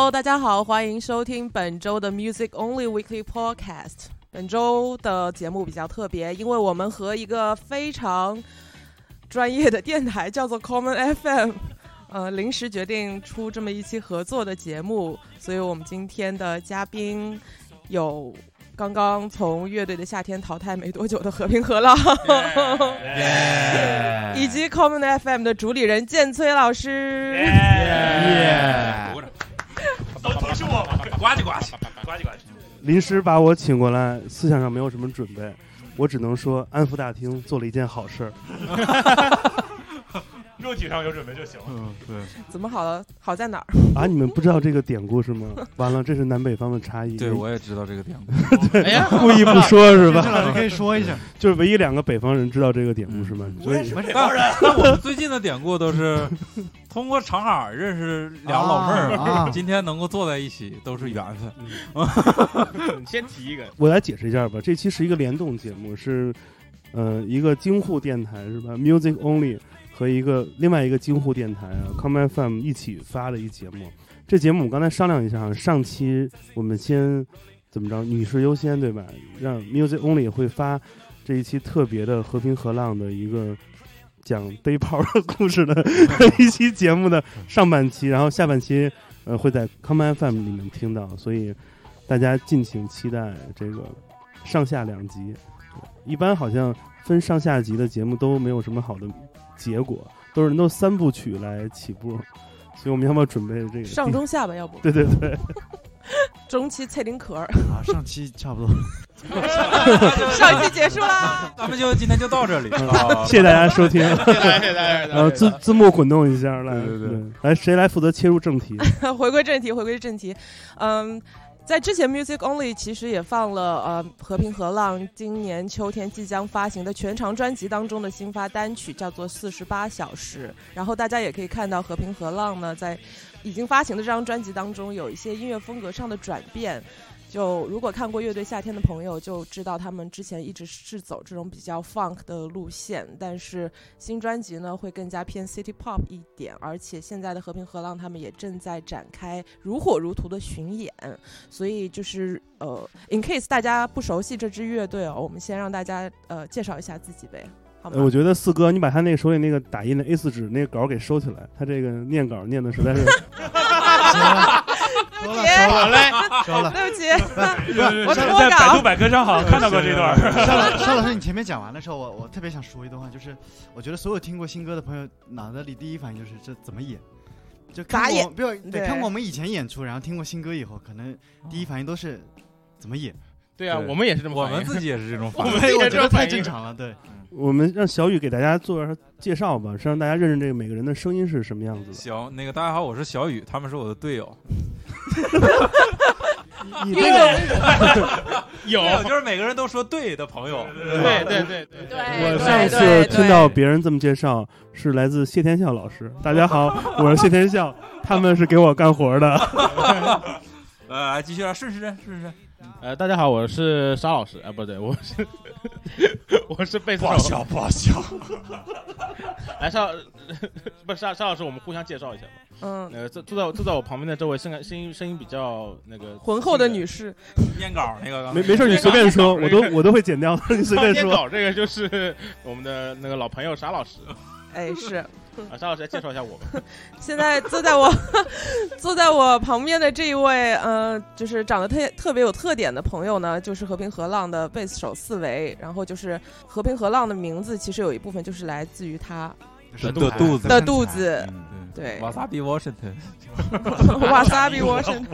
Hello， 大家好，欢迎收听本周的 Music Only Weekly Podcast。本周的节目比较特别，因为我们和一个非常专业的电台叫做 Common FM，临时决定出这么一期合作的节目，所以我们今天的嘉宾有刚刚从乐队的夏天淘汰没多久的和平河浪，以及 Common FM 的主理人建崔老师。 都是我，呱唧呱唧，呱唧呱唧。 临时把我请过来，思想上没有什么准备，我只能说安福大厅做了一件好事儿。 肉体上有准备就行了。 对。 怎么好了？好在哪儿？ 啊，你们不知道这个典故是吗？完了，这是南北方的差异。 对，我也知道这个典故。 对，哎呀，故意不说是吧？ 郑老师可以说一下， 就是唯一两个北方人知道这个典故是吗？ 我也是北方人。但我们最近的典故都是通过长海认识俩老妹儿，今天能够坐在一起都是缘分。 你先提一个， 我来解释一下吧。这期是一个联动节目，是一个京沪电台是吧 ？Music Only。和另外一个京沪电台Common FM 一起发的一节目。这节目我们刚才商量一下，上期我们先怎么着，女士优先对吧？让 Music Only 会发这一期特别的和平河浪的一个讲背炮的故事的一期节目的上半期，然后下半期会在 Common FM 里面听到，所以大家敬请期待这个上下两集。一般好像分上下集的节目都没有什么好的结果，都是3部曲来起步，所以我们要不要准备这个上中下吧？要不对对对， 中期脆丁壳啊，上期差不多， 上期结束啦， 咱们就今天就到这里， 谢谢大家收听， 谢谢大家， 然后字幕滚动一下，来， 对， 来谁来负责切入正题？ 回归正题，在之前 Music Only 其实也放了和平河浪今年秋天即将发行的全长专辑当中的新发单曲，叫做48小时。然后大家也可以看到和平河浪呢在已经发行的这张专辑当中有一些音乐风格上的转变。就如果看过乐队夏天的朋友就知道他们之前一直是走这种比较 funk 的路线，但是新专辑呢会更加偏 city pop 一点，而且现在的和平河浪他们也正在展开如火如荼的巡演，所以就是in case 大家不熟悉这支乐队我们先让大家介绍一下自己呗。 我觉得四哥，你把他那个手里那个打印的 A4 纸那个稿给收起来，他这个念稿念的实在是。 收了， 对不起， 我在百度百科上好像看到过这段。 邵老师，你前面讲完的时候，我特别想说一段话，就是我觉得所有听过新歌的朋友，脑袋里第一反应就是这怎么演，就看过看过我们以前演出，然后听过新歌以后，可能第一反应都是怎么演。 对啊，我们也是这么， 我们自己也是这种反应， 我觉得太正常了。对， 我们让小雨给大家做介绍吧，是让大家认识这个每个人的声音是什么样子的。 行，那个大家好，我是小雨，他们是我的队友。 你这个有就是每个人都说对的朋友。 对。 我上次听到别人这么介绍，是来自谢天笑老师。大家好，我是谢天笑，他们是给我干活的。 继续顺时针。 大家好，我是沙老师不对，我是贝斯手。 不好笑。 来沙老师，我们互相介绍一下吧。坐在我旁边的这位声音比较那个浑厚的女士， 念稿那个没事，你随便说，我都会剪掉，你随便说。 念稿这个就是我们的那个老朋友沙老师。 哎，是。 沙老师来介绍一下我们。 现在坐在我旁边的这一位就是长得特别有特点的朋友呢，就是和平河浪的贝斯手四维。然后就是和平河浪的名字其实有一部分就是来自于他的肚子。对， 瓦萨比 Washington， 瓦萨比 Washington，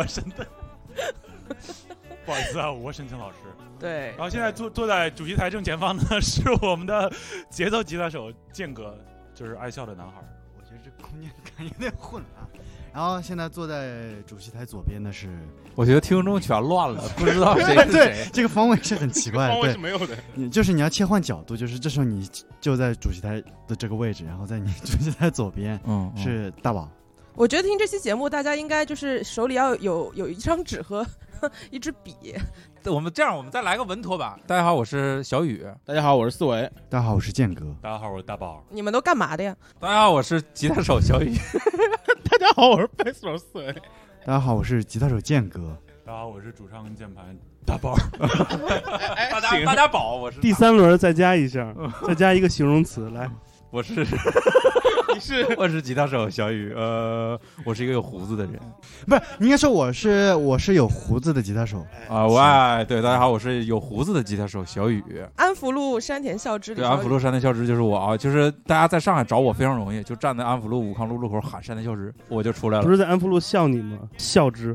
不好意思啊，我沈腾老师。 对， 然后现在坐在主席台正前方的是我们的节奏吉他手建哥，就是爱笑的男孩。 我觉得这空间感有点混啊。然后现在坐在主席台左边的是， 我觉得听众全乱了，不知道谁是谁。 对，这个方位是很奇怪的， 方位是没有的。 你要切换角度，就是这时候你就在主席台的这个位置，然后在你主席台左边是大宝。 我觉得听这期节目，大家应该就是手里要有一张纸和一支笔。 我们再来个稳妥版。大家好，我是小雨。 大家好，我是四维。 大家好，我是建哥。 大家好，我是大宝。 你们都干嘛的呀？ 大家好，我是吉他手小雨。 大家好，我是贝斯手四维。 大家好，我是吉他手建哥。 大家好，我是主唱跟键盘大宝。 大家宝，我是第3轮再加一下，再加一个形容词来。 我是我是吉他手小雨，我是一个有胡子的人， 不是，你应该说我是有胡子的吉他手啊！对，大家好，我是有胡子的吉他手小雨。 安福路山田孝之， 对，安福路山田孝之就是我啊，就是大家在上海找我非常容易，就站在安福路武康路路口喊山田孝之，我就出来了。 不是在安福路笑你吗？孝之。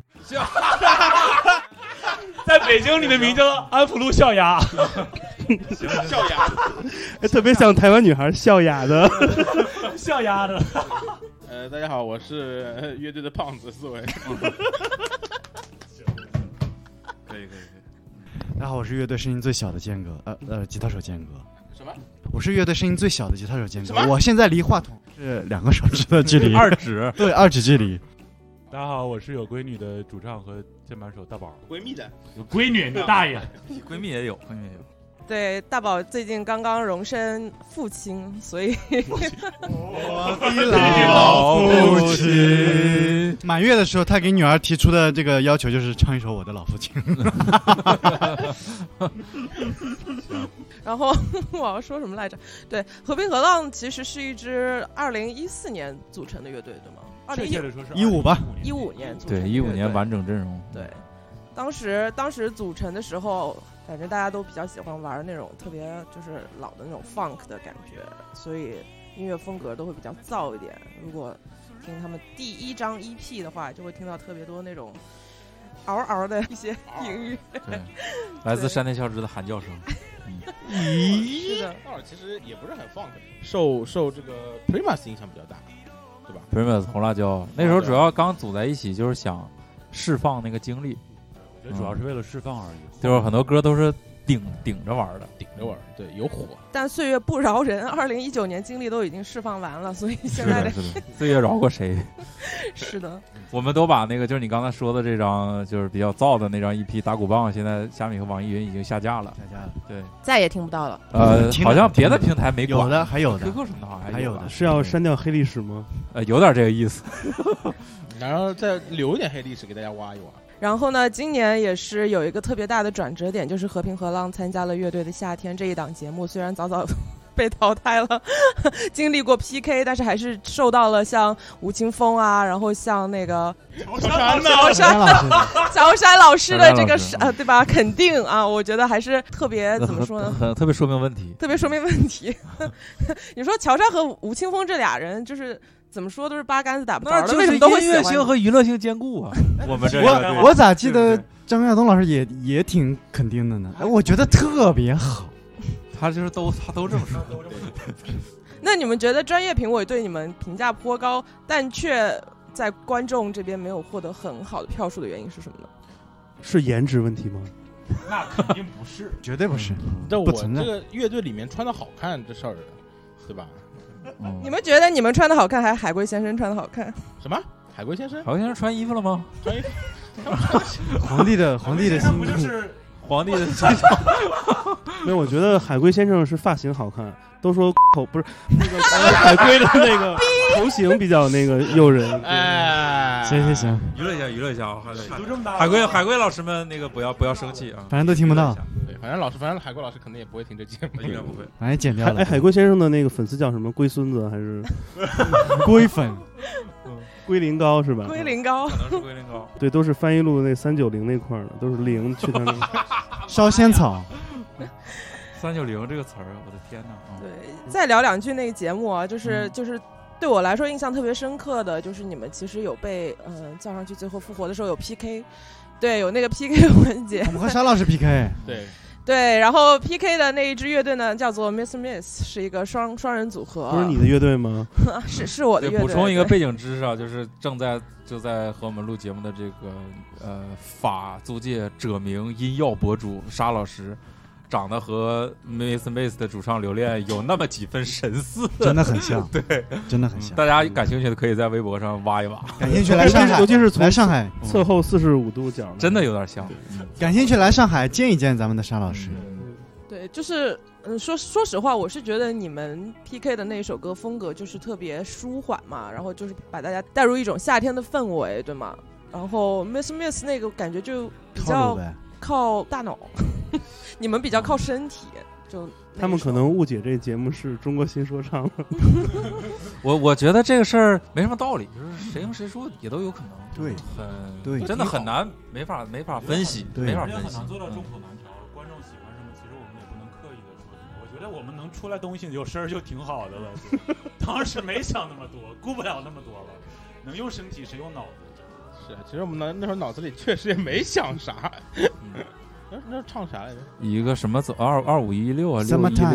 在北京，你的名叫安福路笑牙。 笑牙， 特别像台湾女孩笑哑的， 笑牙的。 大家好，我是乐队的胖子思维。 可以。 大家好，我是乐队声音最小的建哥，吉他手建哥。 什么？ 我是乐队声音最小的吉他手建哥。我现在离话筒是2个手指的距离 ，2指， 对，2指距离。 大家好，我是有闺女的主唱和键盘手大宝。 闺蜜的？ 有闺女，你大爷！ 闺蜜也有。 对，大宝最近刚刚荣升父亲，所以我的老父亲。满月的时候，他给女儿提出的这个要求就是唱一首《我的老父亲》。 然后我要说什么来着？对，和平河浪其实是一支2014年组成的乐队，对吗 ？15吧 ，15年组成。 对，15年完整阵容。 对，当时组成的时候。反正大家都比较喜欢玩那种特别就是老的那种 funk 的感觉，所以音乐风格都会比较燥一点。如果听他们第1张 EP 的话，就会听到特别多那种嗷嗷的一些音乐， 对，来自山田孝之的喊叫声。 是的， 那会儿其实也不是很 funk， 受这个 Primus 影响比较大，对吧 ？Primus 红辣椒那时候主要刚组在一起，就是想释放那个精力。 主要是为了释放而已， 就是很多歌都是顶着玩的， 对，有火。 但岁月不饶人，2019年精力都已经释放完了，所以现在的岁月饶过谁？ 是的， 我们都把那个就是你刚才说的这张就是比较燥的那张 EP 打鼓棒，现在虾米和网易云已经下架了，对， 再也听不到了。 好像别的平台没管， 有的还有的 ，QQ 什么的还有的， 是要删掉黑历史吗？ 有点这个意思， 然后再留一点黑历史给大家挖一挖。 然后呢，今年也是有一个特别大的转折点，就是和平河浪参加了乐队的夏天这一档节目，虽然早早被淘汰了，经历过 PK， 但是还是受到了像吴青峰啊，然后像那个乔杉老师的这个对吧肯定啊，我觉得还是特别怎么说呢？ 特别说明问题， 特别说明问题。你说乔杉和吴青峰这俩人就是怎么说都是八竿子打不着的，为什么都会音乐性和娱乐性兼顾啊？ 我咋记得张亚东老师也挺肯定的呢？我觉得特别好。 他就是他都这么说。 那你们觉得专业评委对你们评价颇高，但却在观众这边没有获得很好的票数的原因是什么呢？ 是颜值问题吗？ 那肯定不是， 绝对不是。 但我这个乐队里面穿的好看这事儿，对吧？ 你们觉得你们穿的好看，还是海龟先生穿的好看？ 什么？海龟先生？ 海龟先生穿衣服了吗？ 穿衣服。 皇帝的新不就是皇帝的没有，我觉得海龟先生是发型好看，都说口不是那个海龟的那个头型比较那个诱人。 哎， 行， 娱乐一下啊！海龟老师们那个不要生气啊， 反正都听不到。 对，反正海龟老师肯定也不会听这节目， 应该不会， 反正剪掉了。 海龟先生的那个粉丝叫什么？龟孙子还是龟粉？ 龟苓膏是吧？ 龟苓膏可能是龟苓膏， 对，都是翻译路那390那块的，都是零去他那个烧仙草。 390这个词儿，我的天哪！ 对，再聊两句那个节目啊，就是对我来说印象特别深刻的就是你们其实有被叫上去，最后复活的时候有 PK， 对，有那个 PK 环节。 我们和沙老师 PK。 对，然后 PK 的那一支乐队呢，叫做 Mr. Miss， 是一个双人组合。 不是你的乐队吗？ 是我的乐队。 补充一个背景知识啊，就是就在和我们录节目的这个法租界者名音药博主沙老师，长得和 Mr. Miss 的主唱刘恋有那么几分神似， 真的很像， 对， 真的很像。 大家感兴趣的可以在微博上挖一挖， 感兴趣来上海， 尤其是从来上海侧后45度角， 真的有点像。 感兴趣来上海见一见咱们的沙老师。 对，就是说实话，我是觉得你们 PK 的那首歌风格就是特别舒缓嘛，然后就是把大家带入一种夏天的氛围，对吗？ 然后 Miss Miss 那个感觉就比较靠大脑，你们比较靠身体。就他们可能误解这节目是中国新说唱了。 我觉得这个事儿没什么道理，就是谁赢谁输也都有可能。 对， 真的很难，没法分析，没法分析。 很难做到众口难调，观众喜欢什么，其实我们也不能刻意的说什么。我觉得我们能出来东西有声就挺好的了。当时没想那么多，顾不了那么多了，能用身体谁用脑子？ 是，其实我们那时候脑子里确实也没想啥。那唱啥来着？ 一个什么走2516啊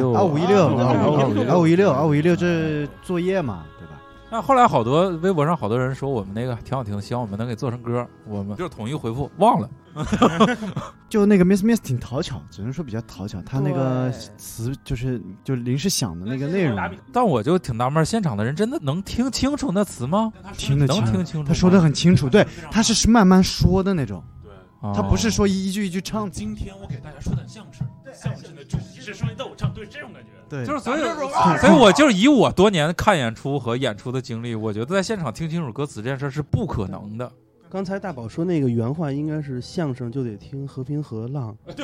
，2516，这作业嘛，对吧？ 那后来好多微博上好多人说我们那个挺好听，希望我们能给做成歌，我们就统一回复忘了。 就那个 Miss Miss 挺讨巧，只能说比较讨巧，他那个词就临时想的那个内容。 但我就挺纳闷，现场的人真的能听清楚那词吗？ 听清楚， 他说的很清楚，对，他是慢慢说的那种。他不是说一句一句唱。 今天我给大家说点相声，相声的主题是说逗唱，对这种感觉。 对， 就是所以我就是以我多年看演出和演出的经历，我觉得在现场听清楚歌词这件事是不可能的。 刚才大宝说那个原话应该是相声就得听和平和浪。 对。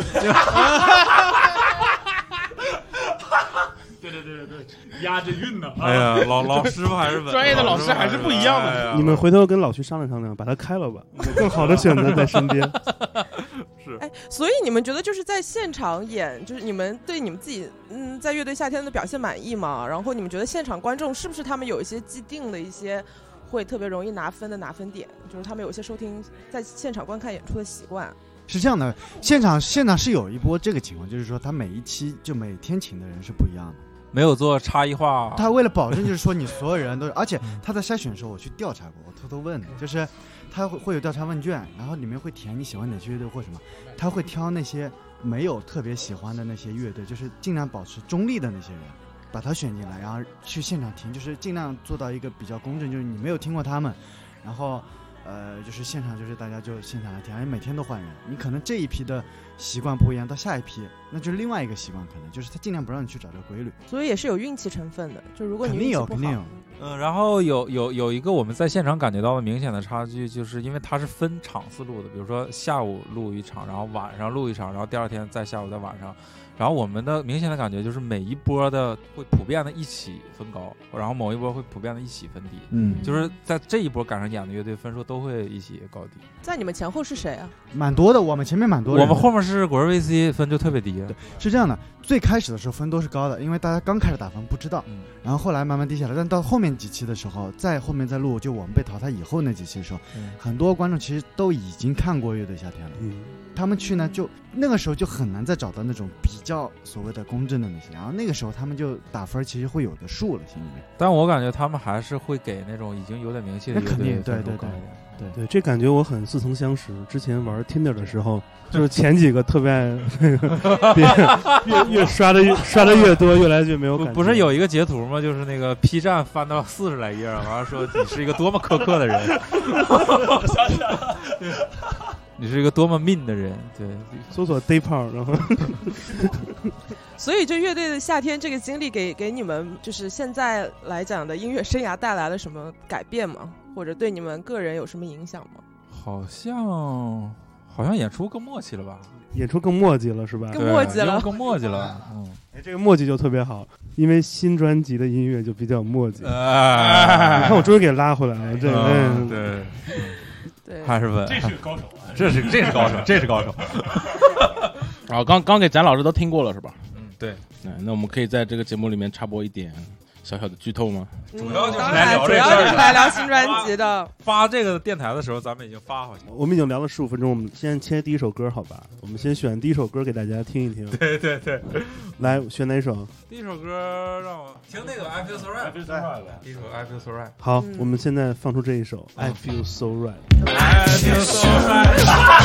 对，押着韵呢。 哎呀，老师傅还是专业的老师还是不一样的。 你们回头跟老徐商量商量，把它开了吧，有更好的选择在身边。 是。所以你们觉得就是在现场演，就是你们对你们自己在乐队夏天的表现满意吗？然后你们觉得现场观众是不是他们有一些既定的一些会特别容易拿分的拿分点，就是他们有一些收听在现场观看演出的习惯？ 是这样的，现场是有一波这个情况，就是说他每一期就每天请的人是不一样的， 没有做差异化。 他为了保证就是说你所有人都，而且他在筛选的时候我去调查过，我偷偷问的，就是他会有调查问卷，然后里面会填你喜欢哪些乐队或什么，他会挑那些没有特别喜欢的那些乐队，就是尽量保持中立的那些人，把他选进来，然后去现场听，就是尽量做到一个比较公正，就是你没有听过他们，然后就是现场就是大家就现场来听，而且每天都换人，你可能这一批的习惯不一样，到下一批那就是另外一个习惯，可能就是他尽量不让你去找这个规律， 所以也是有运气成分的，就如果你运气不好， 肯定有。 然后有一个我们在现场感觉到的明显的差距，就是因为它是分场次录的，比如说下午录一场，然后晚上录一场，然后第二天再下午再晚上。然后我们的明显的感觉就是每一波的会普遍的一起分高，然后某一波会普遍的一起分低。就是在这一波赶上演的乐队分数都会一起高低。 在你们前后是谁啊？ 蛮多的，我们前面蛮多的。 我们后面是果仁 VC， 分就特别低。 对，是这样的，最开始的时候分都是高的，因为大家刚开始打分不知道，然后后来慢慢低下来。但到后面几期的时候，在后面再录，就我们被淘汰以后那几期的时候，很多观众其实都已经看过乐队夏天了。他们去呢，就那个时候就很难再找到那种比较所谓的公正的那些，然后那个时候他们就打分其实会有的数了，心里面。 但我感觉他们还是会给那种已经有点名气的乐队对， 这感觉我很似曾相识。之前玩 Tinder 的时候，就是前几个特别爱越刷的越多，越来越没有感觉。 不是有一个截图吗？就是那个 P 站翻到40来页，完了说你是一个多么苛刻的人。 想起来了。 你是一个多么 mean 的人，对， 搜索 day 炮，然后， 所以这乐队的夏天这个经历给你们就是现在来讲的音乐生涯带来了什么改变吗？或者对你们个人有什么影响吗？ 好像演出更默契了吧？ 演出更默契了是吧？ 更默契了， 更默契了。 这个默契就特别好，因为新专辑的音乐就比较默契。你看我终于给拉回来了，这对。 对， 还是问， 这是个高手啊！ 这是高手，这是高手。 然后刚给咱老师都听过了是吧？ 对。 那我们可以在这个节目里面插播一点小小的剧透吗？ 主要就是来聊新专辑的。 发这个电台的时候，咱们已经发好像。 我们已经聊了15分钟，我们先切第一首歌，好吧？我们先选第一首歌给大家听一听。 对， 来选哪首？ 第一首歌让我听那个 I Feel So Right。第一首 I Feel So Right。 好，我们现在放出这一首 I Feel So Right。 I Feel So Right。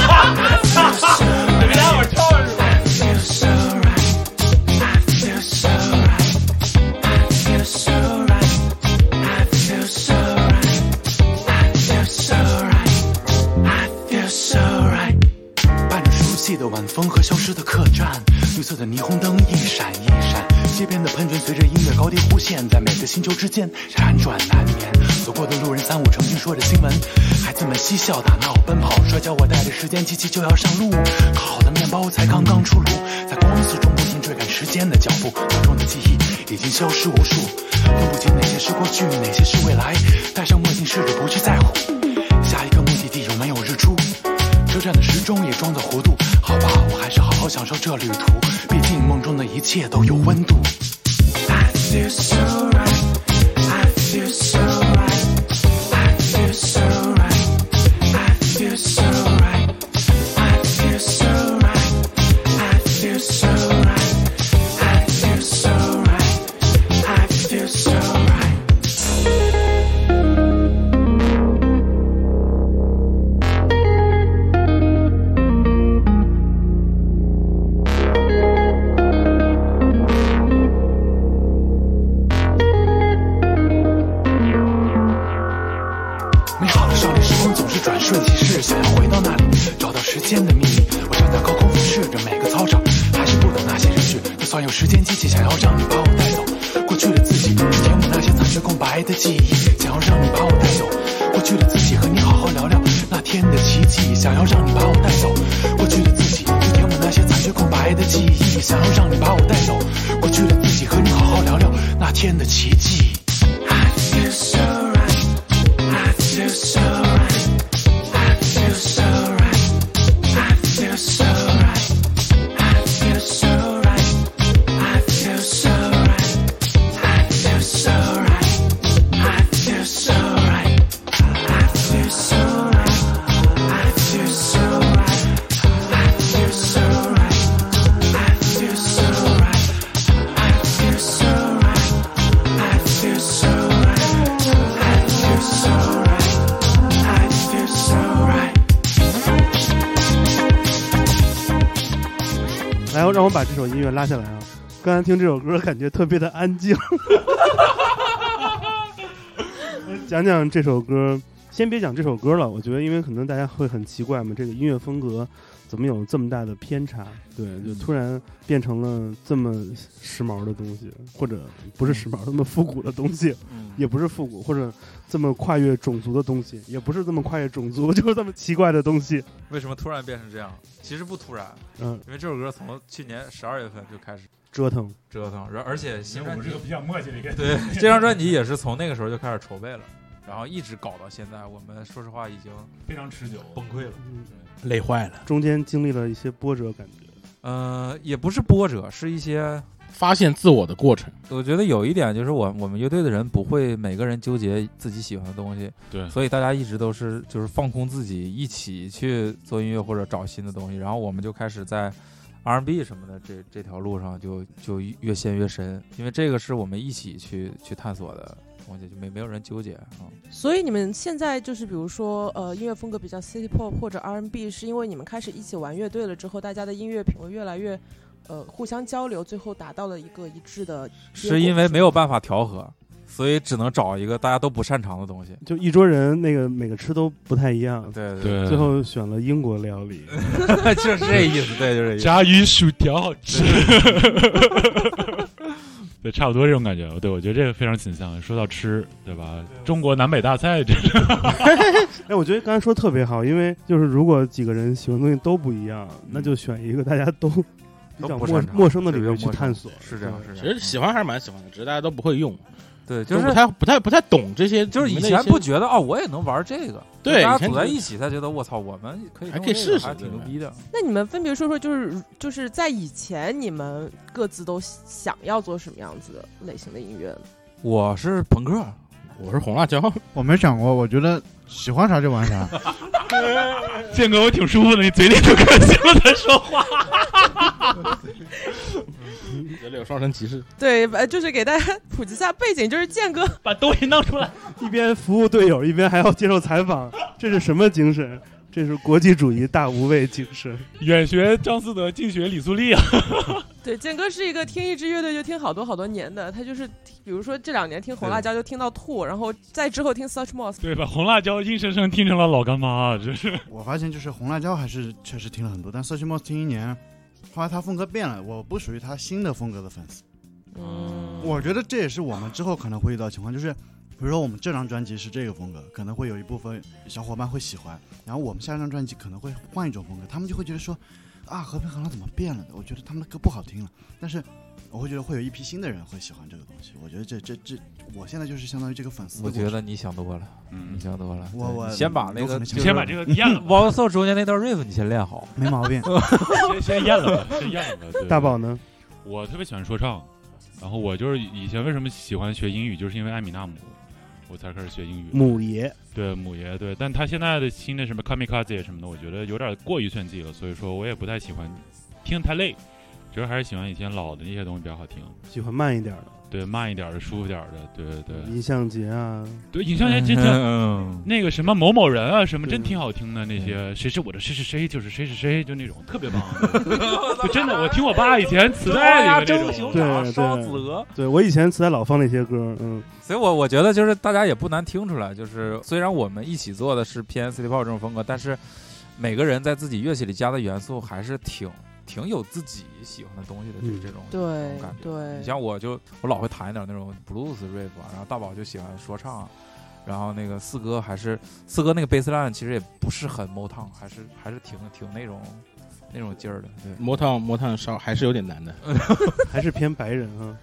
你让我唱是吧？ I Feel So Right。 I Feel So Right。 I Feel So Right。 I Feel So Right。 I Feel So Right。 I Feel So Right。 伴着熟悉的晚风和消失的客栈，绿色的霓虹灯一闪一闪， 街边的喷泉随着音乐高低忽现，在每个星球之间辗转难眠。走过的路人3-5成群说着新闻，孩子们嬉笑打闹奔跑摔跤，我带着时间机器就要上路。烤好的面包才刚刚出炉，在光速中不停追赶时间的脚步，脑中的记忆已经消失无数，分不清哪些是过去，哪些是未来。戴上墨镜试着不去在乎下一个目的地有没有日出，车站的时钟也装作糊涂。好吧，我还是好好享受这旅途，毕竟梦中的一切都有温度。 I feel so right, I feel so right, I feel so right, I feel so right, I feel so right, I feel so right, I feel so right, I feel so right. 转瞬即逝，想要回到那里，找到时间的秘密。我站在高空俯视着每个操场，还是不等那些人去。就算有时间机器想要让你把我带走，过去的自己填补那些残缺空白的记忆，想要让你把我带走。过去的自己和你好好聊聊那天的奇迹，想要让你把我带走。过去的自己去填补那些残缺空白的记忆，想要让你把我带走。过去的自己和你好好聊聊那天的奇迹。 I feel so right, I feel so right, I feel so right, I feel so right, I feel so right, I feel so right, I feel so right, I feel so right, I feel so right, I feel so right, I feel so right, I feel so right, I feel so right, I feel so right, I feel so right, I feel so right. 来，让我把这首音乐拉下来啊！刚才听这首歌，感觉特别的安静。讲讲这首歌，先别讲这首歌了。我觉得，因为可能大家会很奇怪嘛，这个音乐风格怎么有这么大的偏差？对，就突然变成了这么时髦的东西，或者不是时髦，这么复古的东西，也不是复古，或者这么跨越种族的东西，也不是这么跨越种族，就是这么奇怪的东西。 为什么突然变成这样？其实不突然，因为这首歌从去年12月份就开始折腾，而且新专辑我是个比较默契的一个， 对，这张专辑也是从那个时候就开始筹备了，然后一直搞到现在，我们说实话已经非常持久， 崩溃了， 累坏了， 中间经历了一些波折，感觉。 也不是波折，是一些发现自我的过程。 我觉得有一点就是我们乐队的人不会每个人纠结自己喜欢的东西， 对， 所以大家一直都是就是放空自己，一起去做音乐或者找新的东西，然后我们就开始在 R&B 什么的这条路上就越陷越深，因为这个是我们一起去探索的东西，就没有人纠结啊。 所以你们现在就是比如说音乐风格比较 City Pop 或者 R&B， 是因为你们开始一起玩乐队了之后，大家的音乐品味越来越互相交流，最后达到了一个一致的结果。 是因为没有办法调和，所以只能找一个大家都不擅长的东西。 就一桌人那个每个吃都不太一样， 对， 最后选了英国料理， 就是这意思，对，就是这意思。 炸鱼薯条好吃。对，差不多这种感觉。对，我觉得这个非常倾向。说到吃，对吧？中国南北大菜这种。 哎，我觉得刚才说特别好，因为就是如果几个人喜欢的东西都不一样，那就选一个大家都比较陌生的领域去探索。 是这样，是这样。其实喜欢还是蛮喜欢的，只是大家都不会用。 对，就是不太懂这些， 就是以前不觉得哦，我也能玩这个。 对， 大家组在一起才觉得我操，我们还可以试试， 还挺牛逼的。 那你们分别说说，就是在以前你们各自都想要做什么样子的类型的音乐呢？ 我是朋克， 我是红辣椒。 我没想过，我觉得喜欢啥就玩啥。 建哥，我挺舒服的，你嘴里都可兴在说话。 这里有双神骑士。 对，就是给大家普及一下背景，就是建哥把东西弄出来， 一边服务队友，一边还要接受采访，这是什么精神？这是国际主义大无畏精神。 远学张思德，近学李素丽啊。 对，建哥是一个听一支乐队就听好多年的，他就是比如说这2年听红辣椒就听到吐，然后再之后听 Such Moss， 对，把红辣椒硬生生听成了老干妈，这是。 我发现就是红辣椒还是确实听了很多，但 Such Moss 听1年，后来他风格变了，我不属于他新的风格的粉丝。 我觉得这也是我们之后可能会遇到的情况，就是比如说我们这张专辑是这个风格，可能会有一部分小伙伴会喜欢，然后我们下一张专辑可能会换一种风格，他们就会觉得说啊，和平河浪怎么变了的？我觉得他们的歌不好听了，但是我会觉得会有一批新的人会喜欢这个东西。我觉得这，我现在就是相当于这个粉丝。 我觉得你想多了，你想多了。我你先把那个， 先把这个咽了。 王秀中间那段 riff 你先练好， 没毛病。 先咽了吧，先咽了吧。 大宝呢？ 我特别喜欢说唱，然后我就是以前为什么喜欢学英语，就是因为艾米纳姆，我才开始学英语。 母爷， 对母爷，对，但他现在的新的什么 Kamikaze 什么的，我觉得有点过于炫技了，所以说我也不太喜欢，听太累，主要还是喜欢以前老的那些东西比较好听， 喜欢慢一点的。 对，慢一点的，舒服点的，对对对。 尹相杰啊， 对，尹相杰真的，那个什么某某人啊，什么真挺好听的，那些谁是我的谁是谁就是谁是谁，就那种特别棒。就真的，我听我爸以前磁带里面那种， 对，我以前磁带老放那些歌， 所以我觉得就是大家也不难听出来，就是虽然我们一起做的是偏 City Pop 这种风格，但是每个人在自己乐器里加的元素还是挺有自己喜欢的东西的，这种感觉。 对， 你像我老会弹一点那种 blues riff 啊，然后大宝就喜欢说唱，然后那个四哥那个 bassline 其实也不是很 Motown， 还是挺那种劲儿的。对 ，Motown 稍还是有点难的， 还是偏白人啊。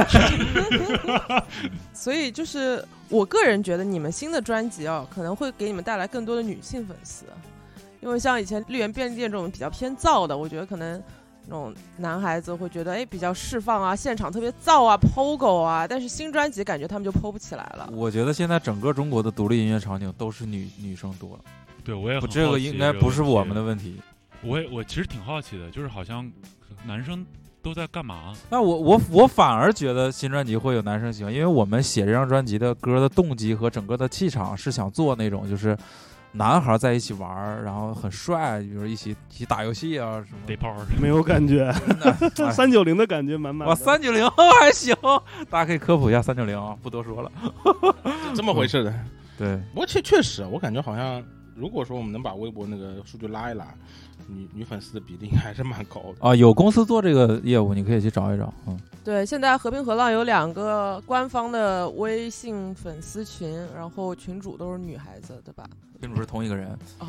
所以就是我个人觉得你们新的专辑可能会给你们带来更多的女性粉丝。因为像以前绿源便利店这种比较偏燥的，我觉得可能那种男孩子会觉得比较释放啊，现场特别燥啊 ，pogo 啊，但是新专辑感觉他们就 po 不起来了。 我觉得现在整个中国的独立音乐场景都是女生多。 对，我也很好奇这个应该不是我们的问题。 我其实挺好奇的，就是好像男生都在干嘛？ 那我反而觉得新专辑会有男生喜欢，因为我们写这张专辑的歌的动机和整个的气场是想做那种就是男孩在一起玩，然后很帅，比如一起打游戏啊什么打炮， 没有感觉。390的感觉满满的。 390还行，大家可以科普一下390啊，不多说了。 这么回事的。 对， 不过确实，我感觉好像，如果说我们能把微博那个数据拉一拉，女粉丝的比例还是蛮高的啊。有公司做这个业务，你可以去找一找。 对，现在和平河浪有2个官方的微信粉丝群，然后群主都是女孩子，对吧？ 群主是同一个人。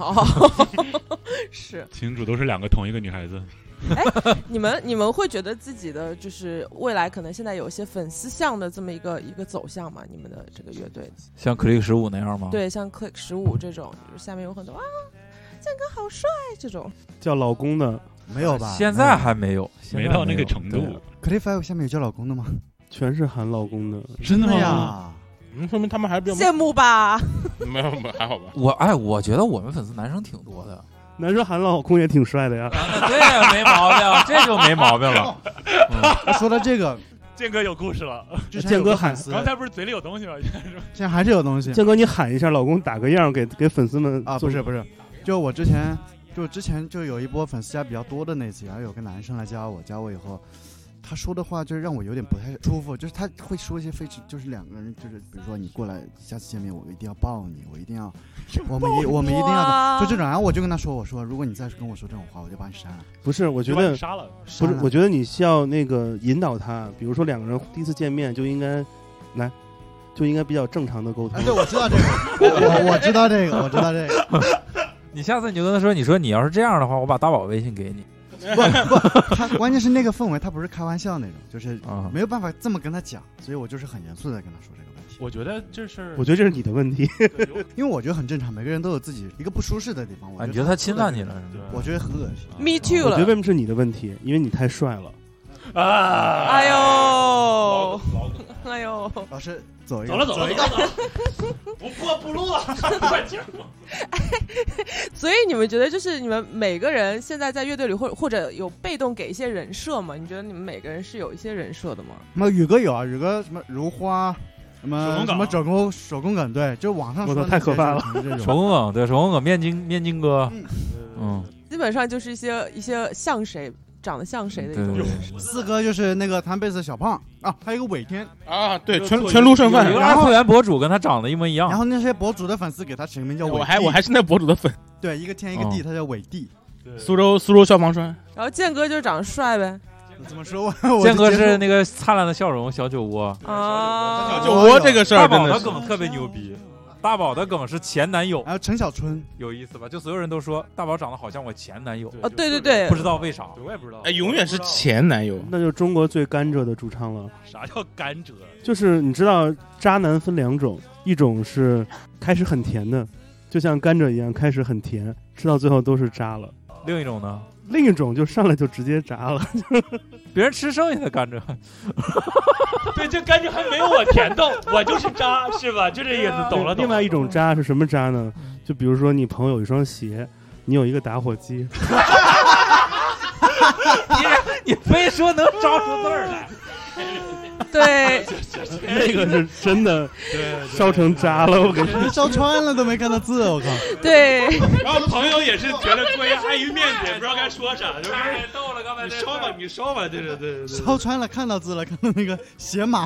是。 群主都是2个同一个女孩子。 你们会觉得自己的就是未来可能现在有些粉丝向的这么一个走向吗？你们的这个乐队像 Click 15那样吗？ 对，像 Click 15这种，就是下面有很多建哥好帅这种叫老公的没有吧？ 现在还没有， 没到那个程度。 Click 5下面有叫老公的吗？ 全是喊老公的， 真的呀？ 说明他们还是比较羡慕吧？ 没有还好吧？ 我觉得我们粉丝男生挺多的。 男生喊老公也挺帅的呀。 对，没毛病，这就没毛病了。 说到这个， 建哥有故事了。 建哥喊， 刚才不是嘴里有东西吗？ 现在还是有东西。 建哥，你喊一下，老公打个样，给粉丝们啊！不是，就我之前就有一波粉丝加比较多的那次，然后有个男生来加我以后，他说的话就让我有点不太舒服，就是他会说一些就是2个人，就是比如说你过来下次见面，我一定要抱你，我们一定要的，就这种。然后我就跟他说，我说如果你再跟我说这种话，我就把你删了。 不是，我觉得杀了， 不是，我觉得你需要那个引导他，比如说2个人第一次见面就应该比较正常的沟通。 对，我知道这个，我知道这个。 你下次你就跟他说，你说你要是这样的话，我把大宝微信给你。 不，他关键是那个氛围，他不是开玩笑那种，就是没有办法这么跟他讲，所以我就是很严肃的跟他说这个问题。 我觉得这是你的问题， 因为我觉得很正常，每个人都有自己一个不舒适的地方。 你觉得他侵犯你了？ 我觉得很恶心。 Me too 了。 我觉得为什么是你的问题？因为你太帅了。 哎呦， 老师走一个， 不录了，快点。 所以你们觉得就是你们每个人现在在乐队里或者有被动给一些人设吗？你觉得你们每个人是有一些人设的吗？ 那宇哥有啊，宇哥什么如花，什么手工梗，对，就网上说的太可怕了。 手工梗，对，手工梗面筋哥， 基本上就是一些像谁。长得像谁的一种人？ 四哥就是那个弹贝斯的小胖啊，还有一个尾天啊，对，全路剩饭。 有一个2次元博主跟他长得一模一样。 然后那些博主的粉丝给他起个名叫尾地， 我还是那博主的粉。 对，一个天一个地，他叫尾地。 苏州消防栓。 然后建哥就长得帅呗。 怎么说？ 建哥是那个灿烂的笑容小酒窝啊，小酒窝这个事儿， 大宝的梗特别牛逼。大宝的梗是前男友， 还有陈小春， 有意思吧？就所有人都说大宝长得好像我前男友啊，对对对， 不知道为啥， 我也不知道， 哎，永远是前男友， 那就是中国最甘蔗的主唱了。 啥叫甘蔗？ 就是你知道，渣男分2种，一种是开始很甜的，就像甘蔗一样，开始很甜，吃到最后都是渣了； 另一种呢？ 另一种就上来就直接渣了， 别人吃剩下的甘蔗。 对，这甘蔗还没有我甜到，我就是渣，是吧？就这意思，懂了。 另外一种渣是什么渣呢？就比如说你朋友有一双鞋，你有一个打火机， 你非说能招出字儿来。 对， 那个是真的烧成渣了，我跟你说， 烧穿了都没看到字，我靠。 对， 然后朋友也是觉得过于碍于面子，也不知道该说啥，就是逗了，刚才你烧吧，对， 烧穿了看到字了，看到那个鞋码，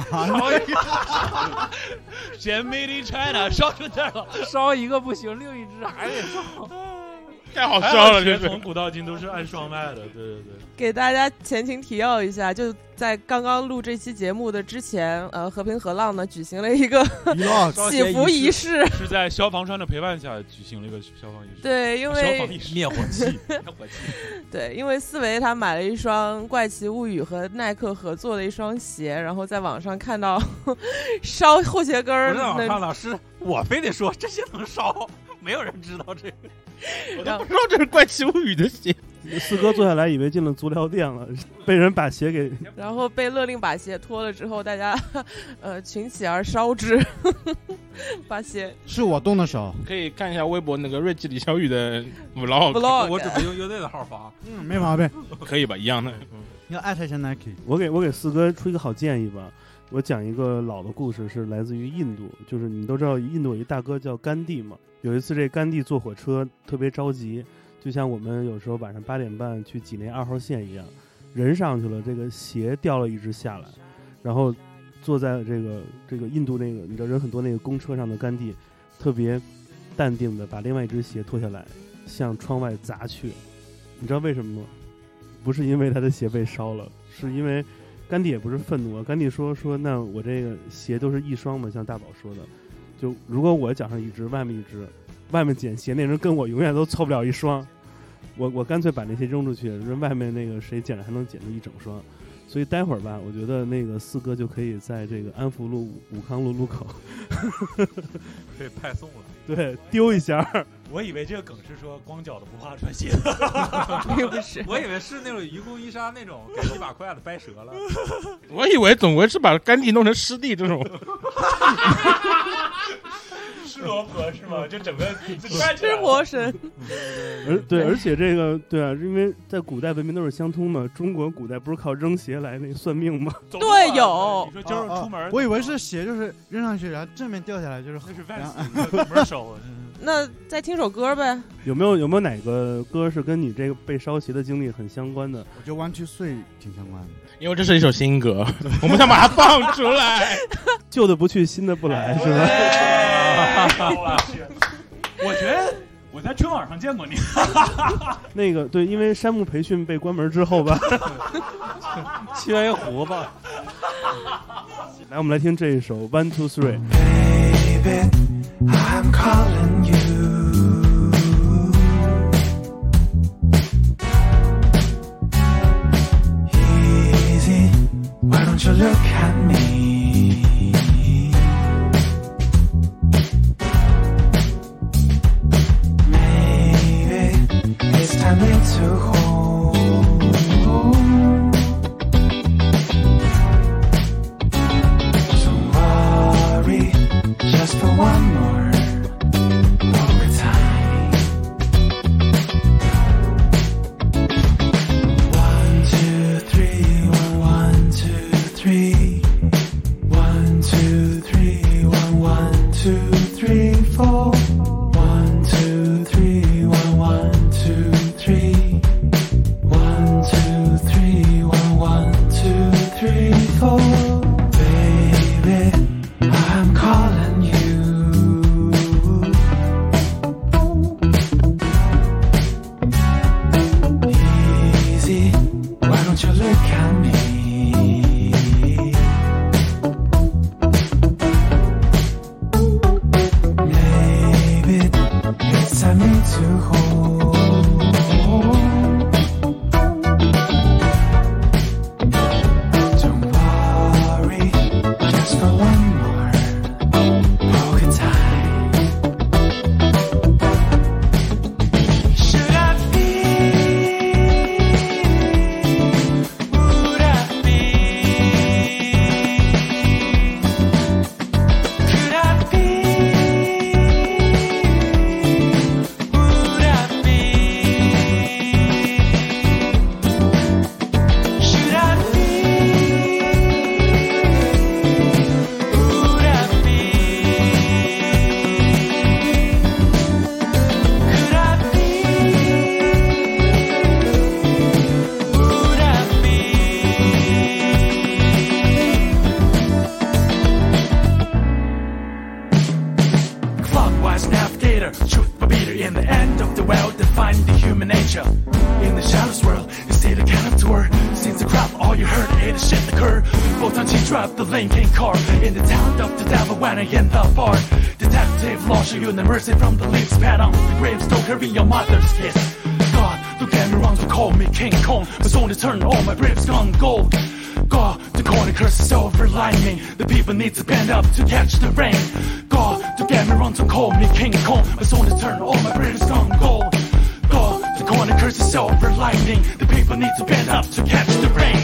写 Made in China， 烧出字了， 烧一个不行，另一只还得烧。 太好笑了，这从古到今都是按双卖的，对。 给大家前情提要一下，就在刚刚录这期节目的之前，和平河浪呢举行了一个祈福仪式， 是在消防栓的陪伴下举行了一个消防仪式。 对，因为消防灭火器， 对，因为思维他买了一双怪奇物语和耐克合作的一双鞋，然后在网上看到烧后鞋跟儿， 我在网上看到是我非得说这些能烧。没有人知道这个， 我都不知道这是怪奇物语的鞋。 四哥坐下来以为进了足疗店了，被人把鞋给， 然后被勒令把鞋脱了之后，大家群起而烧之，把鞋是我动的手。 可以看一下微博那个瑞吉李小雨的 vlog， 我只会用乐队的号发， 没毛病， 可以吧？一样的， 要艾特一下 Nike。 我给四哥出一个好建议吧。我讲一个老的故事，是来自于印度，就是你都知道印度有一大哥叫甘地嘛。有一次这甘地坐火车特别着急，就像我们有时候晚上8点半去济内2号线一样，人上去了，这个鞋掉了一只下来，然后坐在这个印度那个你知道人很多那个公车上的甘地，特别淡定的把另外一只鞋脱下来向窗外砸去。你知道为什么吗？不是因为他的鞋被烧了，是因为甘地也不是愤怒啊，甘地说那我这个鞋都是一双嘛，像大宝说的，就如果我脚上一只，外面一只，外面捡鞋那人跟我永远都凑不了一双，我干脆把那些扔出去，人外面那个谁捡了还能捡出一整双。所以待会儿吧，我觉得那个四哥就可以在这个安福路武康路路口可以派送了， 对，丢一下。 我以为这个梗是说光脚的不怕穿鞋， 并不是， 我以为是那种愚公移山那种给一把筷子掰折了， 我以为总归是把甘地弄成湿地这种。 湿罗婆是吗？就整个湿婆神。 而且这个对啊，因为在古代文明都是相通嘛。中国古代不是靠扔鞋来那算命吗？ 对，有。 你说今儿出门， 我以为是鞋，就是扔上去，然后正面掉下来，就是那是万门手。 那再听首歌呗。 有没有哪个歌是跟你这个被烧鞋的经历很相关的？ 我觉得One Two Three挺相关的， 因为这是一首新歌，我们想把它放出来。 旧的不去，新的不来，是吧？ 我觉得我在春晚上见过你。 那个对，因为山木培训被关门之后吧， 缺一胡子。 来，我们来听这一首 One Two Three。 Baby, I'm calling you. Easy, why don't you look at me? Maybe it's time to hold. Don't worry, just for one more time. 1, 2, 3, 1, 2, 3. 1, 2, 3, 1, 2, 3, 4. 1, 2, 3, 1, 2, 3. 1, 2, 3, 1, 2, 3, 4. Baby, I'm calling you. Easy, why don't you look at me? ya. In the shadows world, you see the kind of tour. Since the crowd, all you heard is the shit occur. Both on T-Drop, the Lincoln car. In the town of the devil when I in the bar. Detective law show you the mercy from the lips. Pat on the gravestone, carry your mother's kiss. God, don't get me wrong, to call me King Kong. But soon to turn all my ribs gone gold. God, the corner curse is over lightning. The people need to bend up to catch the rain. God, don't get me wrong, to call me King Kong. But soon to turn all my ribs gone gold. God, the corner curse is over lightning. The people need to bend up to catch the rain.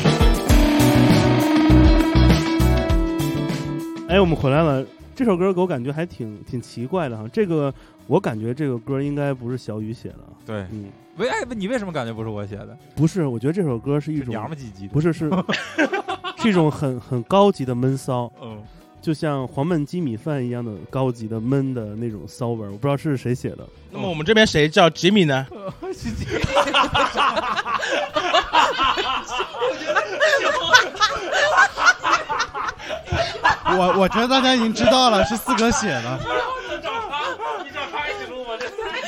哎，我们回来了。这首歌给我感觉还挺奇怪的哈。这个我感觉这个歌应该不是小雨写的。 对，你为什么感觉不是我写的？ 不是，我觉得这首歌是一种娘们唧唧的， 不是是一种很高级的闷骚，就像黄焖鸡米饭一样的高级的闷的那种骚味儿。我不知道是谁写的。 那么我们这边谁叫吉米呢？ 我觉得大家已经知道了，是四哥写的。 你找他一起录吗？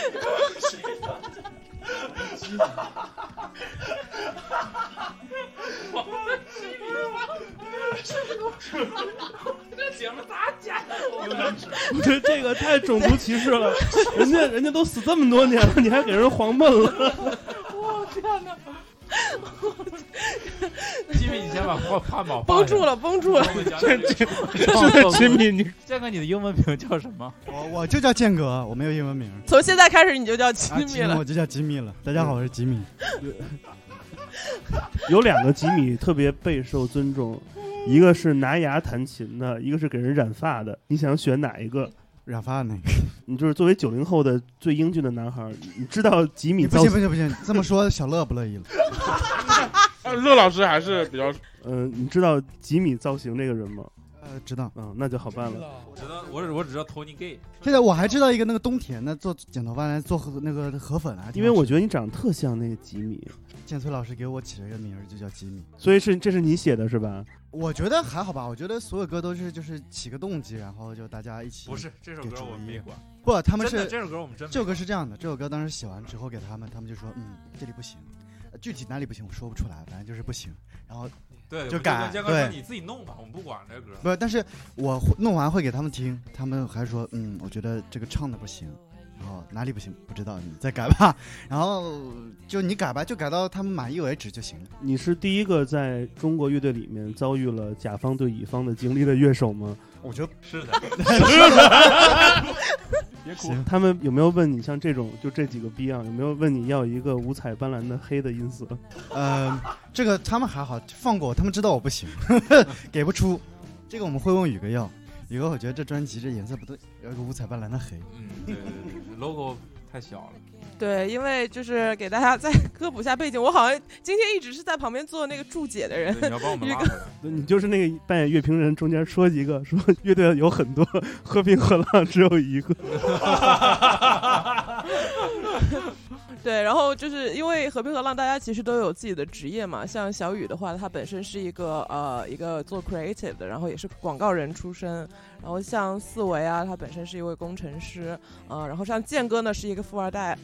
这节目咋剪？这个太种族歧视了，人家都死这么多年了，你还给人黄焖了？ 我天哪！ 吉米，你先把汉堡绷住了。 吉米，你建哥，你的英文名叫什么？ 我就叫建哥，我没有英文名。 从现在开始你就叫吉米了。 我就叫吉米了。大家好，我是吉米。 有2个吉米特别备受尊重，一个是拿牙弹琴的，一个是给人染发的。你想选哪一个？ 染发那个。 你就是作为90后的最英俊的男孩，你知道吉米造型？ 不行，这么说小乐不乐意了。 乐老师还是比较你知道吉米造型这个人吗？ 知道。 那就好办了。 我只知道 Tony Gay。 现在我还知道一个那个冬田的做剪头发来做那个河粉啊。 因为我觉得你长得特像那个吉米。 建崔老师给我起了一个名就叫吉米。 所以这是你写的是吧？ 我觉得还好吧，我觉得所有歌都是就是起个动机，然后就大家一起。 不是这首歌我们没管。 不，他们是这首歌我们真。 这首歌是这样的，这首歌当时写完之后给他们就说这里不行。具体哪里不行我说不出来，反正就是不行，然后对就改。 对，你自己弄吧，我们不管这个歌。 不是，但是我弄完会给他们听，他们还说我觉得这个唱的不行，然后哪里不行不知道，你再改吧。然后就你改吧，就改到他们满意为止就行了。 你是第一个在中国乐队里面遭遇了甲方对乙方的经历的乐手吗？ 我觉得是的。 别哭。他们有没有问你像这种就这几个逼样，有没有问你要一个五彩斑斓的黑的音色？ 这个他们还好放过我，他们知道我不行，给不出。这个我们会问宇哥要。宇哥，我觉得这专辑这颜色不对，有一个五彩斑斓的黑。 对 ，logo 太小了。 对，因为就是给大家再科普下背景，我好像今天一直是在旁边做那个注解的人。 你要帮我们拉回来。 你就是那个扮演乐评人中间说一个，说乐队有很多，和平和浪只有一个。 对，然后就是因为和平和浪大家其实都有自己的职业嘛，像小雨的话，他本身是一个做 creative 的，然后也是广告人出身，然后像四维啊，他本身是一位工程师，然后像建哥呢是一个富二代。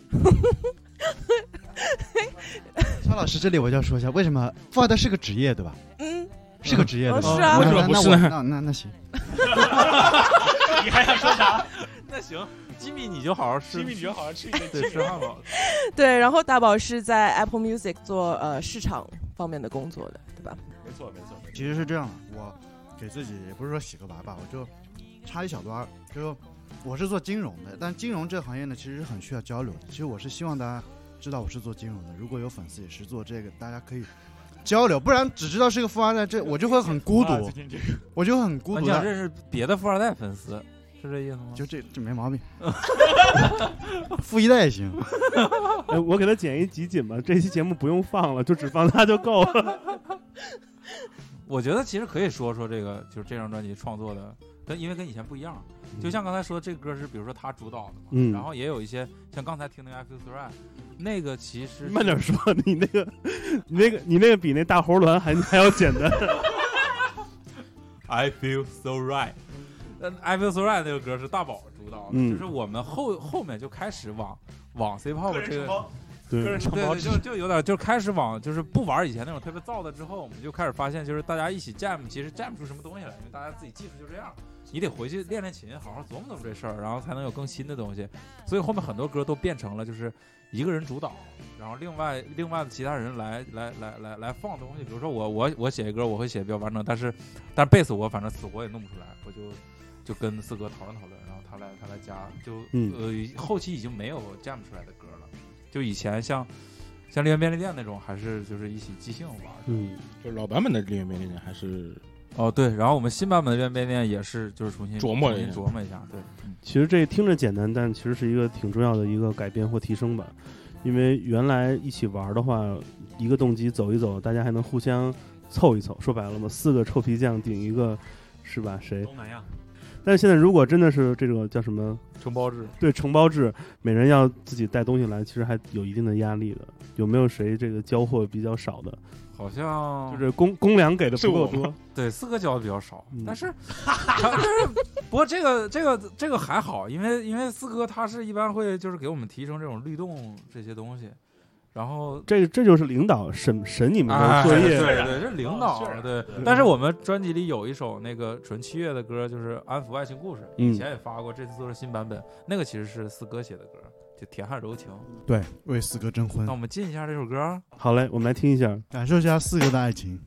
肖老师，这里我就要说一下，为什么富二代是个职业，对吧？是个职业的。 是啊。 为什么不是呢？ 那行。 你还想说啥？ 那行。吉米，你就好好吃。 吉米，你就好好吃一对，吃汉堡。 对，然后大宝是在 Apple Music 做市场方面的工作的，对吧？ 没错。 其实是这样的，我给自己也不是说洗个白吧，我就插一小段，就我是做金融的，但金融这个行业呢，其实很需要交流的。其实我是希望大家知道我是做金融的，如果有粉丝也是做这个，大家可以交流，不然只知道是个富二代，这我就会很孤独，我就很孤独。 你想认识别的富二代粉丝？是这意思吗？ 就这没毛病，富一代也行。 我给他剪一集锦吧，这期节目不用放了，就只放他就够了。 我觉得其实可以说这个，就是这张专辑创作的，因为跟以前不一样。就像刚才说的，这个歌是比如说他主导的嘛，然后也有一些像刚才听那个 I Feel So Right， 那个其实慢点说，你那个比那大喉轮还要简单。 I Feel So Right。I Feel So Right 那个歌是大宝主导的，就是我们后面就开始往 C-pop 这个对， 个人承包制， 就有点就开始往就是不玩以前那种特别燥的之后，我们就开始发现，就是大家一起 jam， 其实 jam 出什么东西来，因为大家自己技术就这样，你得回去练练琴，好好琢磨琢磨这事儿，然后才能有更新的东西。所以后面很多歌都变成了就是一个人主导，然后另外的其他人来放东西。比如说我写一歌，我会写比较完整，但是贝斯我反正死活也弄不出来，我就跟四哥讨论，然后他来加，就后期已经没有 jam 出来的歌了，就以前像丽园便利店那种，还是就是一起即兴玩。 就老版本的丽园便利店还是。 对，然后我们新版本的丽园便利店也是就是重新琢磨一下。对， 其实这听着简单，但其实是一个挺重要的一个改变或提升吧。因为原来一起玩的话，一个动机走一走，大家还能互相凑一凑。说白了嘛，4个臭皮匠顶一个，是吧？谁？ 东南亚。 但是现在如果真的是这个叫什么承包制， 对，承包制，每人要自己带东西来，其实还有一定的压力的。有没有谁这个交货比较少的？ 好像就是公粮给的不够多， 对，4个交的比较少，但是不过这个还好，因为四哥他是一般会就是给我们提升这种律动这些东西，然后这就是领导审你们的作业， 对，这是领导对。但是我们专辑里有一首那个纯7月的歌，就是《安抚爱情故事》，以前也发过，这次做了新版本，那个其实是四哥写的歌。就铁汉柔情， 对，为四哥征婚。 那我们进一下这首歌。 好嘞，我们来听一下， 感受一下四哥的爱情。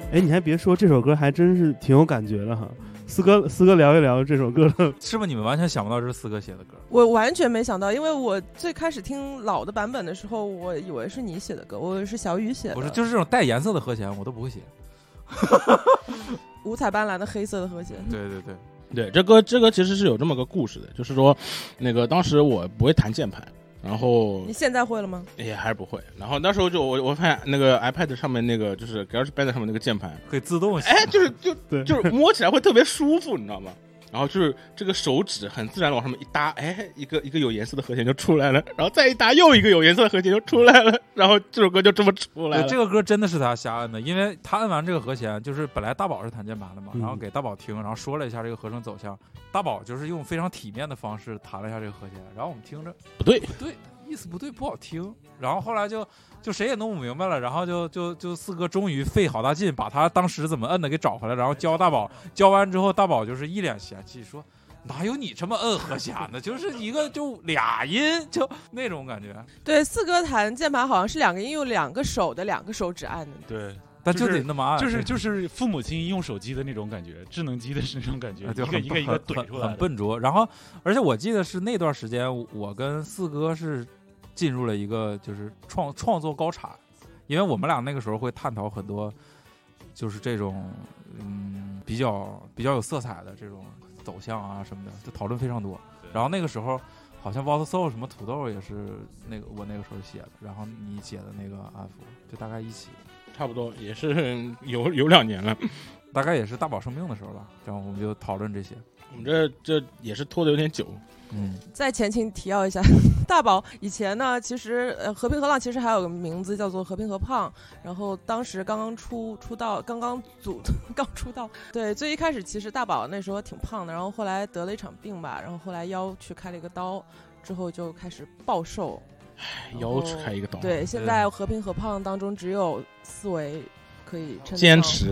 哎，你还别说，这首歌还真是挺有感觉的哈。四哥聊一聊这首歌的， 是不是你们完全想不到这是四哥写的歌？ 我完全没想到，因为我最开始听老的版本的时候，我以为是你写的歌，我以为是小雨写的。 不是，就是这种带颜色的和弦，我都不会写。 五彩斑斓的黑色的和弦。 对对对对，这歌其实是有这么个故事的，就是说，那个当时我不会弹键盘。然后你现在会了吗？ 也还是不会。然后那时候就我发现那个 iPad 上面那个就是 GarageBand 上面那个键盘可以自动， 哎，就是摸起来会特别舒服，你知道吗？然后就是这个手指很自然的往上面一搭，哎，一个有颜色的和弦就出来了，然后再一搭又一个有颜色的和弦就出来了，然后这首歌就这么出来了。 这个歌真的是他瞎摁的，因为他摁完这个和弦，就是本来大宝是弹键盘的嘛，然后给大宝听，然后说了一下这个和声走向，大宝就是用非常体面的方式弹了一下这个和弦，然后我们听着不对。 意思不对，不好听。然后后来就谁也弄不明白了，然后就四哥终于费好大劲把他当时怎么摁的给找回来，然后教大宝，教完之后大宝就是一脸嫌弃说哪有你这么摁和弦的，就是一个就俩音就那种感觉。 对，四哥弹键盘好像是两个音用两个手指按的。 对， 但就得那么按， 就是父母亲用手机的那种感觉，智能机的那种感觉，一个怼出来， 很笨拙。然后，而且我记得是那段时间，我跟四哥是进入了一个就是创作高产，因为我们俩那个时候会探讨很多，就是这种比较有色彩的这种走向啊什么的，就讨论非常多。然后那个时候好像 Water Soul 什么土豆也是我那个时候写的，然后你写的那个 F 就大概一起。 差不多也是有2年了， 大概也是大宝生病的时候吧，然后我们就讨论这些。 我们这也是拖得有点久。 再前情提要一下，大宝以前呢，其实和平和浪其实还有个名字叫做和平和胖，然后当时刚出道，刚出道，对，最一开始其实大宝那时候挺胖的，然后后来得了一场病吧，然后后来腰去开了一个刀，之后就开始暴瘦。 腰开一个刀， 对，现在和平和胖当中只有4维可以撑坚持，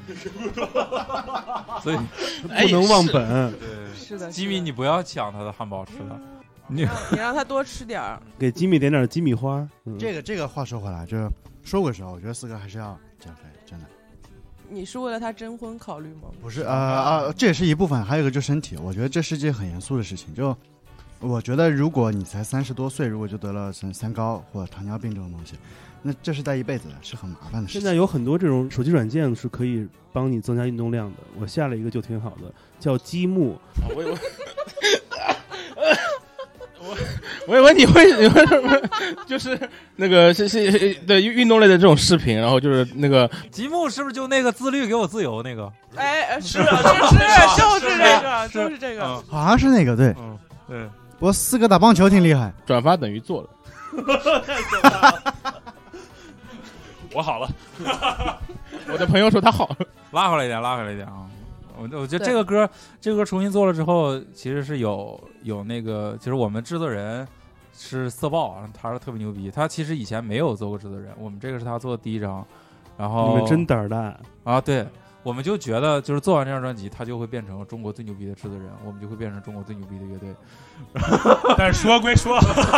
所以不能忘本。 对， 是的， 吉米，你不要抢他的汉堡吃了， 你让他多吃点儿， 给吉米点点鸡米花。 这个话说回来，就是说回实话，我觉得四哥还是要减肥，真的。 你是为了他征婚考虑吗？ 不是这也是一部分，还有一个就是身体，我觉得这是件很严肃的事情，就。我觉得，如果你才30多岁，如果就得了三高或者糖尿病这种东西，那这是带一辈子的，是很麻烦的事情。 现在有很多这种手机软件是可以帮你增加运动量的，我下了一个就挺好的，叫积木。 我以为你会什么，就是那个是对运动类的这种视频，然后就是那个积木是不是就那个自律给我自由那个？ 哎，是就是这个， 好像是那个对。 对， 不过四哥打棒球挺厉害， 转发等于做了。 我好了， 我的朋友说他好了， 拉回来一点啊！我觉得这个歌重新做了之后，其实是有那个，就是我们制作人是色豹，他是特别牛逼，他其实以前没有做过制作人，我们这个是他做的第一张，然后你们真胆大啊！对。我们就觉得，就是做完这张专辑，他就会变成中国最牛逼的制作人，我们就会变成中国最牛逼的乐队。 但是说归说，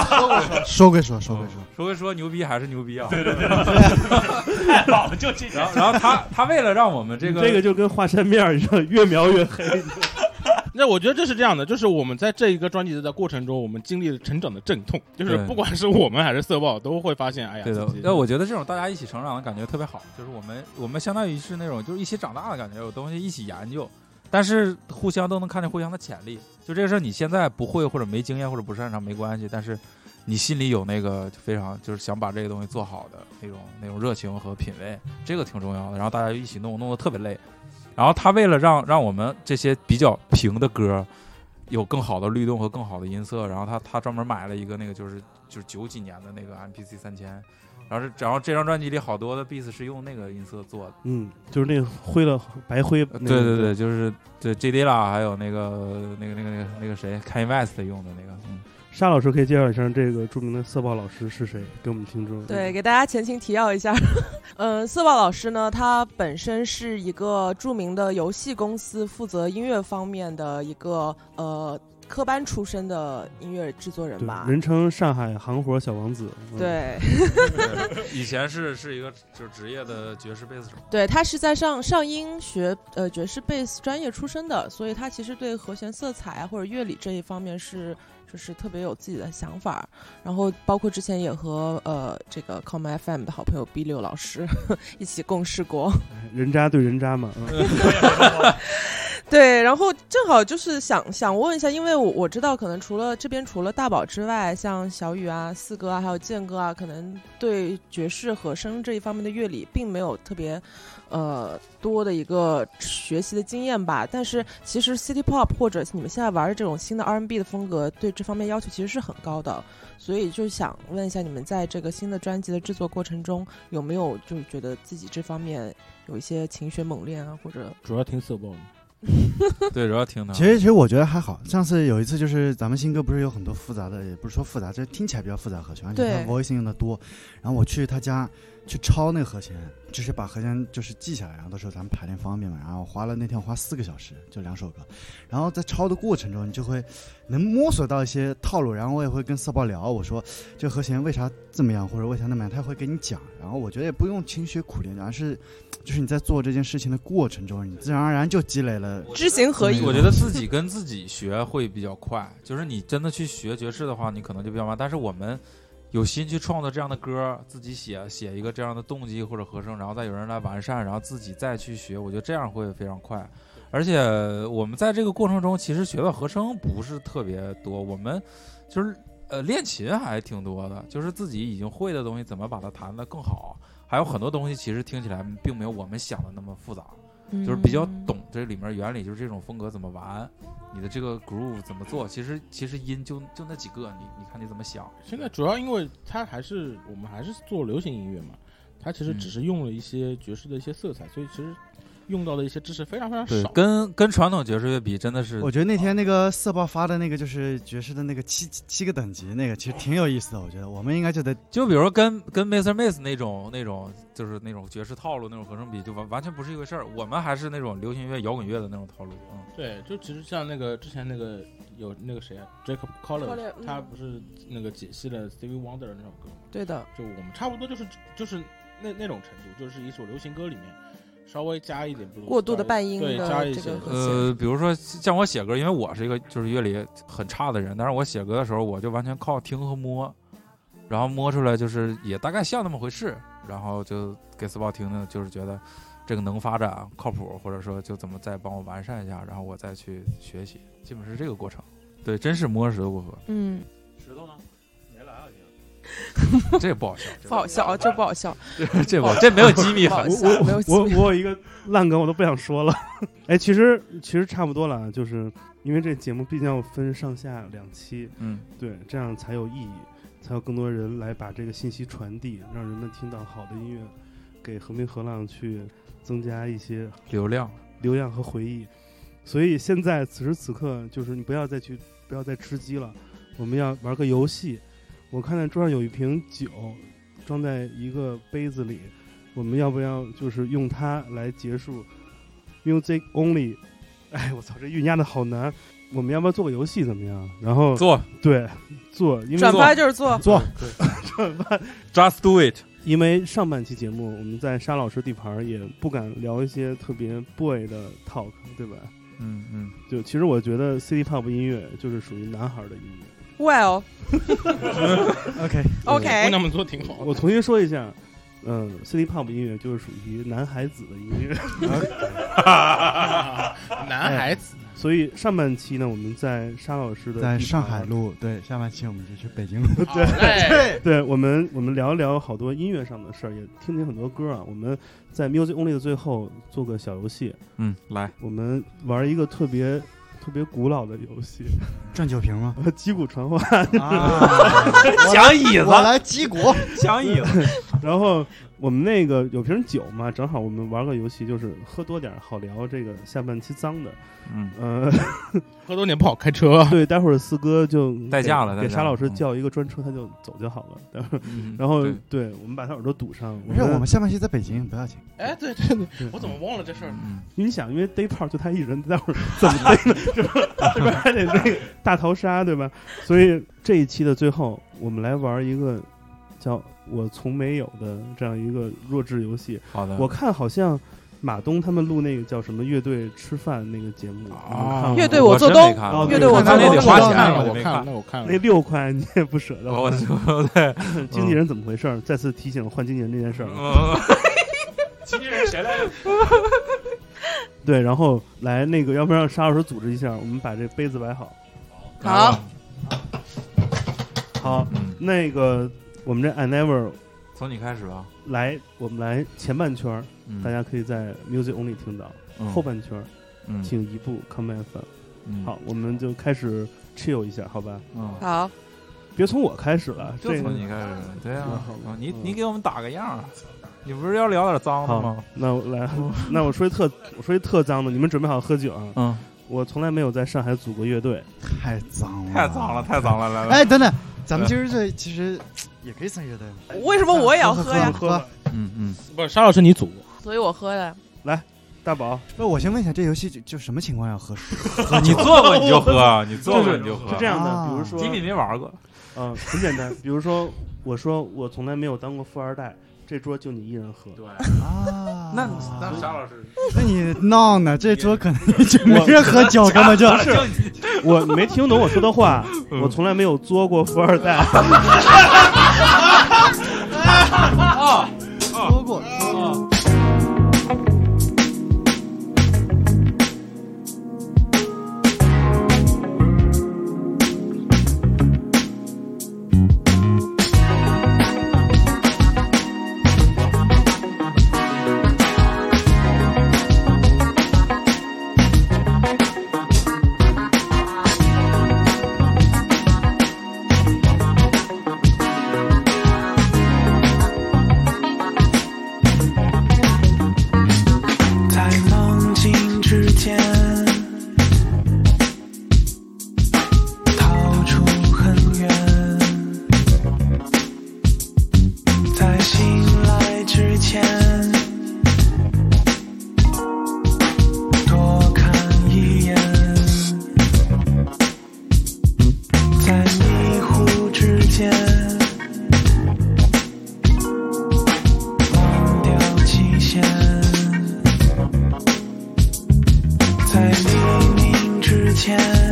牛逼还是牛逼啊！ 对，太好了，就这。 然后他为了让我们这个就跟华山面一样，越描越黑。 那我觉得这是这样的，就是我们在这一个专辑的过程中，我们经历了成长的阵痛，就是不管是我们还是色豹，都会发现，哎呀， 对的。但我觉得这种大家一起成长的感觉特别好，就是我们相当于是那种就是一起长大的感觉，有东西一起研究，但是互相都能看见互相的潜力。就这个事儿，你现在不会或者没经验或者不擅长没关系，但是你心里有那个非常就是想把这个东西做好的那种热情和品味，这个挺重要的。然后大家一起弄得特别累。然后他为了让我们这些比较平的歌有更好的律动和更好的音色，然后他专门买了一个那个就是90几年的那个 MPC 3000，然后这张专辑里好多的 beats 是用那个音色做的， 就是那个白灰， 对，就是对 JD 啦，还有那个谁 Kanye West 用的那个， 沙老师可以介绍一下这个著名的色豹老师是谁，给我们听众。 对，给大家前情提要一下。色豹老师呢，他本身是一个著名的游戏公司负责音乐方面的一个科班出身的音乐制作人吧， 人称上海行活小王子。 对， 以前是一个就职业的爵士贝斯手。 对，他是在上音学爵士贝斯专业出身的，所以他其实对和弦色彩啊或者乐理这一方面就是特别有自己的想法。然后包括之前也和这个 Com FM 的好朋友 B6 老师一起共事过。 人渣对人渣嘛。 对，然后正好就是想问一下，因为我知道可能除了大宝之外，像小雨啊、四哥啊，还有健哥啊，可能对爵士和声这一方面的乐理并没有特别多的一个学习的经验吧。但是其实 City Pop 或者你们现在玩的这种新的 R&B 的风格，对这方面要求其实是很高的。所以就想问一下，你们在这个新的专辑的制作过程中，有没有就是觉得自己这方面有一些勤学猛练啊，或者主要听色爆吗？ 对，主要听他。 其实我觉得还好。上次有一次就是咱们新歌不是有很多复杂的，也不是说复杂，就听起来比较复杂和弦，而且他 voicing 用的多。然后我去他家去抄那个和弦，就是把和弦就是记下来，然后到时候咱们排练方便嘛。然后那天花4个小时，就2首歌。然后在抄的过程中，你就会能摸索到一些套路。然后我也会跟色爆聊，我说这和弦为啥这么样，或者为啥那么样，他会给你讲。然后我觉得也不用勤学苦练，而是就是你在做这件事情的过程中，你自然而然就积累了知行合一。 我觉得自己跟自己学会比较快，就是你真的去学爵士的话，你可能就比较慢。但是我们有心去创作这样的歌，自己写一个这样的动机或者和声，然后再有人来完善，然后自己再去学，我觉得这样会非常快。而且我们在这个过程中，其实学到和声不是特别多，我们就是练琴还挺多的，就是自己已经会的东西怎么把它弹得更好。还有很多东西其实听起来并没有我们想的那么复杂，就是比较懂这里面原理，就是这种风格怎么玩，你的这个 groove 怎么做，其实音就那几个，你看你怎么想。 现在主要因为我们还是做流行音乐嘛，它其实只是用了一些爵士的一些色彩，所以其实用到的一些知识非常非常少。 跟传统爵士乐比，真的是。 我觉得那天那个色爆发的那个就是爵士的那个七个等级，那个其实挺有意思的。我觉得我们应该就比如说跟 Mr. Miss 那种就是那种爵士套路那种和声比，就完全不是一回事儿。我们还是那种流行乐、摇滚乐的那种套路。 对，就其实像那个之前那个有那个谁啊 ，Jacob Collier，他不是那个解析了 Stevie Wonder 的那首歌吗？ 对的， 就我们差不多就是那种程度，就是一首流行歌里面。稍微加一点过度的半音的加一些比如说像我写歌，因为我是一个就是乐理很差的人，但是我写歌的时候我就完全靠听和摸，然后摸出来就是也大概像那么回事，然后就给四宝听的，就是觉得这个能发展靠谱，或者说就怎么再帮我完善一下，然后我再去学习，基本是这个过程。对，真是摸石头过河。 石头呢？ 这不好笑， 不好笑，这不好笑， 这没有机密感。 我有一个烂梗，我都不想说了。哎，其实差不多了，就是因为这节目毕竟要分上下2期，对，这样才有意义，才有更多人来把这个信息传递，让人们听到好的音乐，给和平和浪去增加一些流量和回忆。所以现在此时此刻，就是你不要再吃鸡了，我们要玩个游戏。我看见桌上有一瓶酒装在一个杯子里，我们要不要就是用它来结束 Music Only？ 哎，我操，这韵押的好难。我们要不要做个游戏怎么样？然后做，因为转发就是做转发 ，Just do it。 因为上半期节目我们在沙老师地盘也不敢聊一些特别 boy 的 talk， 对吧？就其实我觉得 City Pop 音乐就是属于男孩的音乐。 Well， OK， 姑娘们做挺好。 我重新说一下，City Pop 音乐就是属于男孩子的音乐， 男孩子。 所以上半期呢，我们在沙老师的在上海录，对，下半期我们就去北京录， 对，我们聊一聊好多音乐上的事儿，也听听很多歌啊。我们在 Music Only 的最后做个小游戏， 来， 我们玩一个特别古老的游戏， 转酒瓶吗？ 击鼓传花抢椅子， 我来击鼓， 抢椅子。 然后我们那个有瓶酒嘛，正好我们玩个游戏，就是喝多点好聊这个下半期脏的。 喝多点不好开车。 对，待会儿四哥就代驾了， 给沙老师叫一个专车，他就走就好了。然后对我们把他耳朵堵上。 没事，我们下半期在北京，不要紧。 哎，对，我怎么忘了这事儿？ 你想，因为逮炮就他一人，待会儿怎么逮呢？这边还得那个大逃杀，对吧？所以这一期的最后，我们来玩一个叫我从没有的这样一个弱智游戏。 好的， 我看好像马东他们录那个叫什么乐队吃饭那个节目啊， 乐队我做东，乐队我做东， 得花钱， 我看了，我看了那6块你也不舍得。 我对经纪人怎么回事？再次提醒换经纪人这件事儿。 经纪人谁来着？ 对，然后来那个，要不然让沙老师组织一下，我们把这杯子摆好。好，那个我们这 I Never 从你开始吧。 来，我们来前半圈，大家可以在 Music Only 听到，后半圈，请移步 Come FM。好，我们就开始 chill 一下，好吧？ 好， 别从我开始了， 就从你开始。对啊，你给我们打个样啊！你不是要聊点脏的吗？ 那我来，那我说一特脏的，你们准备好喝酒啊？我从来没有在上海组过乐队， 太脏了， 太脏了，太脏了！来， 哎，等等，咱们今儿这其实也可以算乐队。 为什么我也要喝呀？ 喝， 不是沙老师你组， 所以我喝的。 来，大宝， 那我先问一下，这游戏就什么情况要喝？ 你做过你就喝，你做过你就喝。 是这样的，比如说吉米没玩过， 很简单，比如说我说我从来没有当过富二代。这桌就你一人喝， 对啊，那沙老师， 那你闹呢？这桌可能就没人喝酒，根本就我没听懂我说的话，我从来没有作过富二代。 作过。 在黎明之前